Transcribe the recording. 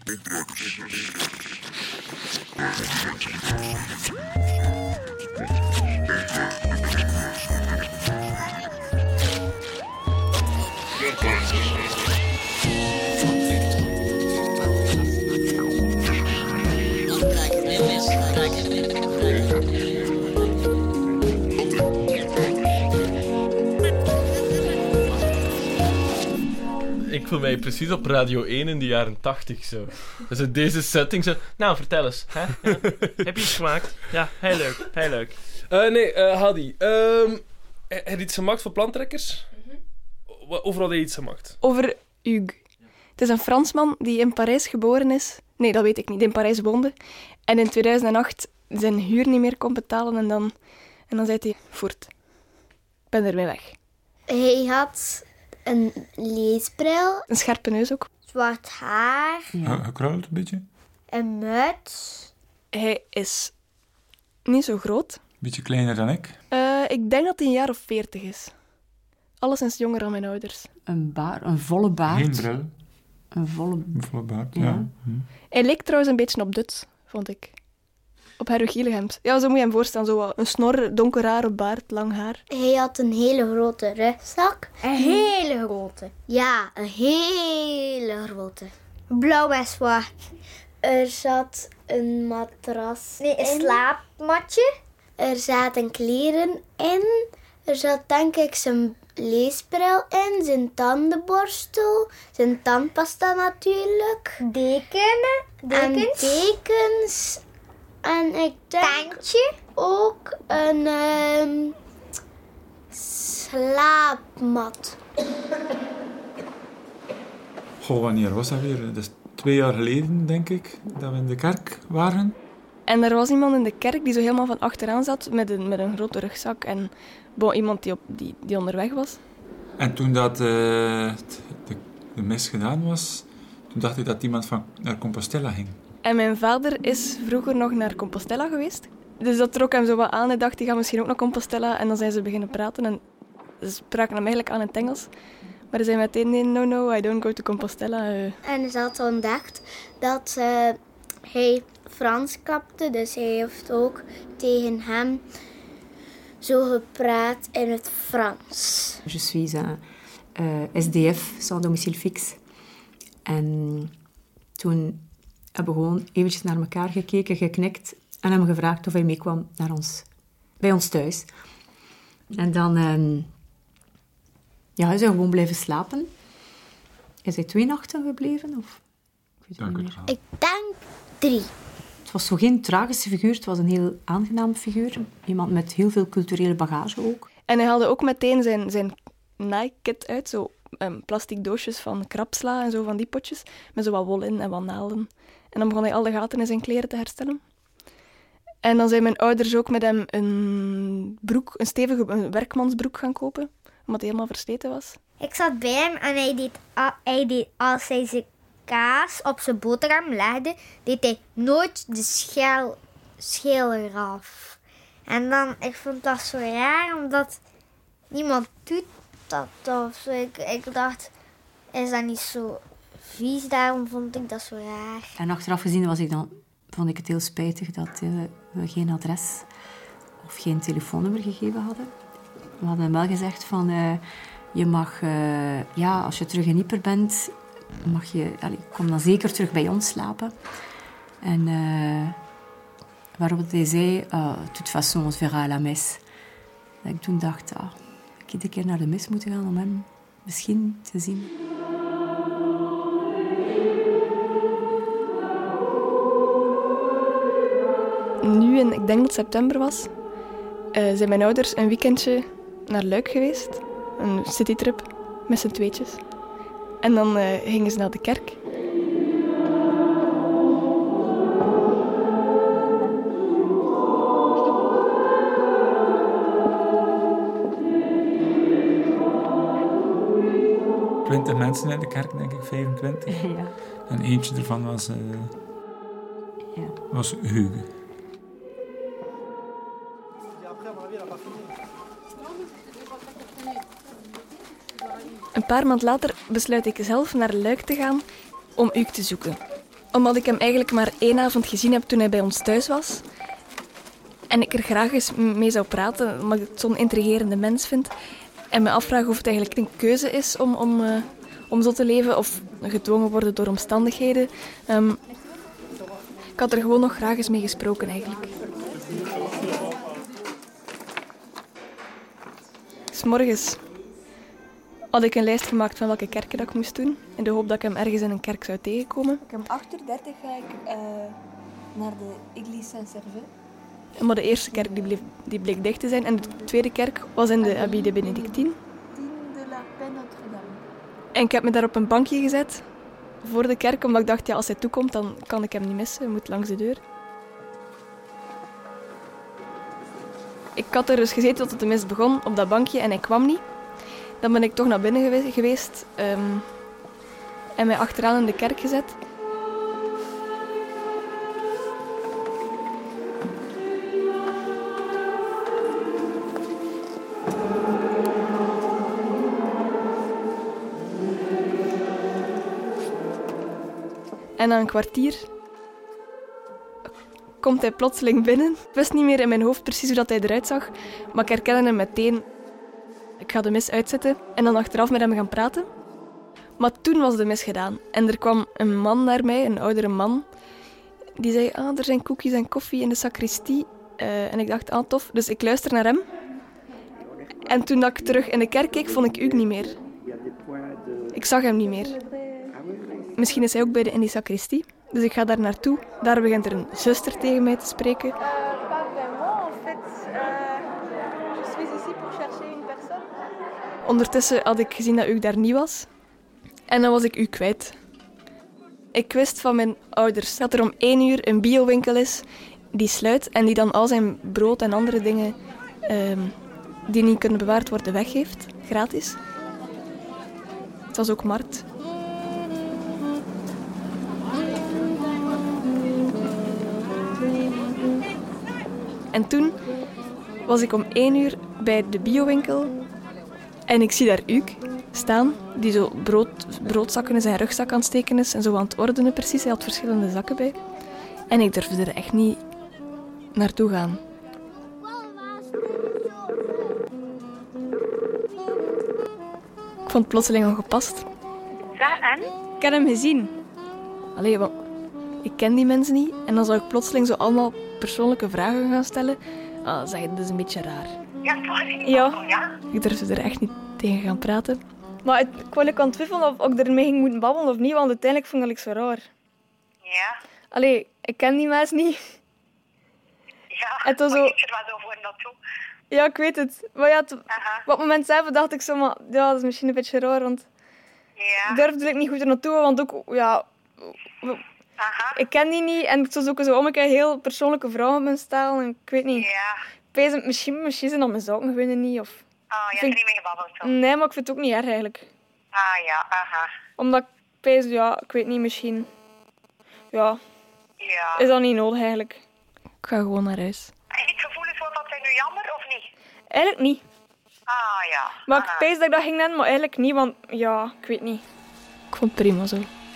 Ik voel mij precies op Radio 1 in de jaren 80 zo. Dus in deze setting zo... Nou, vertel eens. Hè? Ja. Heb je iets gemaakt? Ja, heel leuk. Heel leuk. Hadi. Heb je iets gemaakt voor plantrekkers? Over wat heb je iets gemaakt? Over Hugues. Het is een Fransman die in Parijs geboren is. Nee, dat weet ik niet. Die in Parijs woonde. En in 2008 zijn huur niet meer kon betalen. En dan zei hij, voort. Ik ben ermee weg. Hij had een leesbril. Een scherpe neus ook. Zwart haar. Ja. Gekruild een beetje? Een muts. Hij is niet zo groot. Beetje kleiner dan ik. Ik denk dat hij een jaar of 40 is. Alleszins jonger dan mijn ouders. Een volle baard. Geen bril. Een volle baard, ja. ja. Hij leek trouwens een beetje op Duts, vond ik. Op Harry Gielegems. Ja, zo moet je hem voorstellen. Zo een snor, donker haar op baard, lang haar. Hij had een hele grote rugzak. Een hele grote. Ja, een hele grote. Blauw en zwart. Er zat een matras in. Een slaapmatje. Er zaten kleren in. Er zat denk ik zijn leesbril in. Zijn tandenborstel. Zijn tandpasta natuurlijk. Dekens. En ik denk ook een slaapmat. Goh, wanneer was dat weer? Dat is 2 jaar geleden, denk ik, dat we in de kerk waren. En er was iemand in de kerk die zo helemaal van achteraan zat met een grote rugzak. En iemand die onderweg was. En toen dat de mis gedaan was, toen dacht ik dat iemand naar Compostela ging. En mijn vader is vroeger nog naar Compostela geweest. Dus dat trok hem zo wat aan. Hij dacht, die gaat misschien ook naar Compostela. En dan zijn ze beginnen praten. En ze spraken hem eigenlijk aan in het Engels. Maar hij zei meteen, nee, no, I don't go to Compostela. En ze had ontdekt dat hij Frans kapte. Dus hij heeft ook tegen hem zo gepraat in het Frans. Je suis SDF, sans domicile fixe. En toen hebben we gewoon eventjes naar elkaar gekeken, geknikt en hem gevraagd of hij meekwam bij ons thuis. En dan is hij gewoon blijven slapen. Is hij 2 nachten gebleven? Of? Ik weet het niet meer. Ik denk 3. Het was zo geen tragische figuur, het was een heel aangename figuur. Iemand met heel veel culturele bagage ook. En hij haalde ook meteen zijn naaikit uit, zo plastic doosjes van krapsla en zo van die potjes, met zo wat wol in en wat naalden. En dan begon hij al de gaten in zijn kleren te herstellen. En dan zijn mijn ouders ook met hem een stevige werkmansbroek gaan kopen, omdat hij helemaal versleten was. Ik zat bij hem en hij deed als hij zijn kaas op zijn boterham legde, deed hij nooit de schil eraf. En dan, ik vond dat zo raar, omdat niemand doet dat of zo. Ik dacht, is dat niet zo vies? Daarom vond ik dat zo raar. En achteraf gezien vond ik het heel spijtig dat we geen adres of geen telefoonnummer gegeven hadden. We hadden hem wel gezegd van, je mag, als je terug in Ypres bent, kom dan zeker terug bij ons slapen. En waarop hij zei, de toute façon, on se verra à la messe. Dat ik toen dacht, ik had een keer naar de mis moeten gaan om hem misschien te zien. Nu, ik denk dat het september was, zijn mijn ouders een weekendje naar Luik geweest. Een citytrip met z'n tweetjes. En dan gingen ze naar de kerk. Mensen in de kerk, denk ik, 25. Ja. En eentje ervan was Hugues. Een paar maanden later besluit ik zelf naar Luik te gaan om Hugues te zoeken. Omdat ik hem eigenlijk maar 1 avond gezien heb toen hij bij ons thuis was. En ik er graag eens mee zou praten, omdat ik het zo'n intrigerende mens vind. En me afvraag of het eigenlijk een keuze is om zo te leven of gedwongen worden door omstandigheden. Ik had er gewoon nog graag eens mee gesproken eigenlijk. 's Morgens had ik een lijst gemaakt van welke kerken dat ik moest doen. In de hoop dat ik hem ergens in een kerk zou tegenkomen. Om 8:30 ga ik naar de Église Saint-Servais. Maar de eerste kerk die bleek dicht te zijn. En de tweede kerk was in de Abbaye de Benedictine. de la Paix Notre-Dame. En ik heb me daar op een bankje gezet voor de kerk, omdat ik dacht, ja, als hij toekomt, dan kan ik hem niet missen. Hij moet langs de deur. Ik had er dus gezeten tot de mis begon, op dat bankje, en hij kwam niet. Dan ben ik toch naar binnen geweest en mij achteraan in de kerk gezet. En na een kwartier komt hij plotseling binnen. Ik wist niet meer in mijn hoofd precies hoe dat hij eruit zag, maar ik herkende hem meteen. Ik ga de mis uitzetten en dan achteraf met hem gaan praten. Maar toen was de mis gedaan. En er kwam een man naar mij, een oudere man. Die zei, er zijn koekjes en koffie in de sacristie. En ik dacht, tof. Dus ik luister naar hem. En toen dat ik terug in de kerk keek, vond ik Hugues niet meer. Ik zag hem niet meer. Misschien is hij ook in die sacristie. Dus ik ga daar naartoe. Daar begint er een zuster tegen mij te spreken. Ondertussen had ik gezien dat Hugues daar niet was. En dan was ik Hugues kwijt. Ik wist van mijn ouders dat er om 1 uur een biowinkel is die sluit en die dan al zijn brood en andere dingen die niet kunnen bewaard worden weggeeft, gratis. Het was ook markt. En toen was ik om 1 uur bij de biowinkel en ik zie daar Hugues staan, die zo broodzakken in zijn rugzak aan het steken is en zo aan het ordenen precies. Hij had verschillende zakken bij. En ik durfde er echt niet naartoe gaan. Ik vond het plotseling ongepast. Ja, en? Ik had hem gezien. Allee, want ik ken die mensen niet. En dan zou ik plotseling zo allemaal persoonlijke vragen gaan stellen. Dat is een beetje raar. Ja, sorry. Ja. Ja? Ik durfde er echt niet tegen gaan praten. Maar ik was aan het twijfelen of ik ermee ging moeten babbelen of niet, want uiteindelijk vond ik het zo raar. Ja. Allee, ik ken die mensen niet. Ja, Het was maar zo... ik er wel zo voor naartoe. Ja, ik weet het. Maar ja, Aha. op dat moment zelf dacht ik zo, maar ja, dat is misschien een beetje raar, want Ja. ik durfde niet goed er naartoe, want ook, ja... Aha. Ik ken die niet en ik zou ook zo om een keer heel persoonlijke vragen moeten stellen en ik weet niet. Ja. Misschien zijn dat mijn zaken gewoon niet, of... Oh, je hebt er niet mee gebabbeld, zo. Nee, maar ik vind het ook niet erg, eigenlijk. Ah, ja. Aha. Omdat ik pees, ja, ik weet niet, misschien... Ja, Ja. is dat niet nodig, eigenlijk. Ik ga gewoon naar huis. En iets gevoelens, wordt dat nu jammer, of niet? Eigenlijk niet. Ah, ja. Maar Aha. ik pees dat ik dat ging nemen, maar eigenlijk niet, want ja, ik weet niet. Ik vond het prima zo.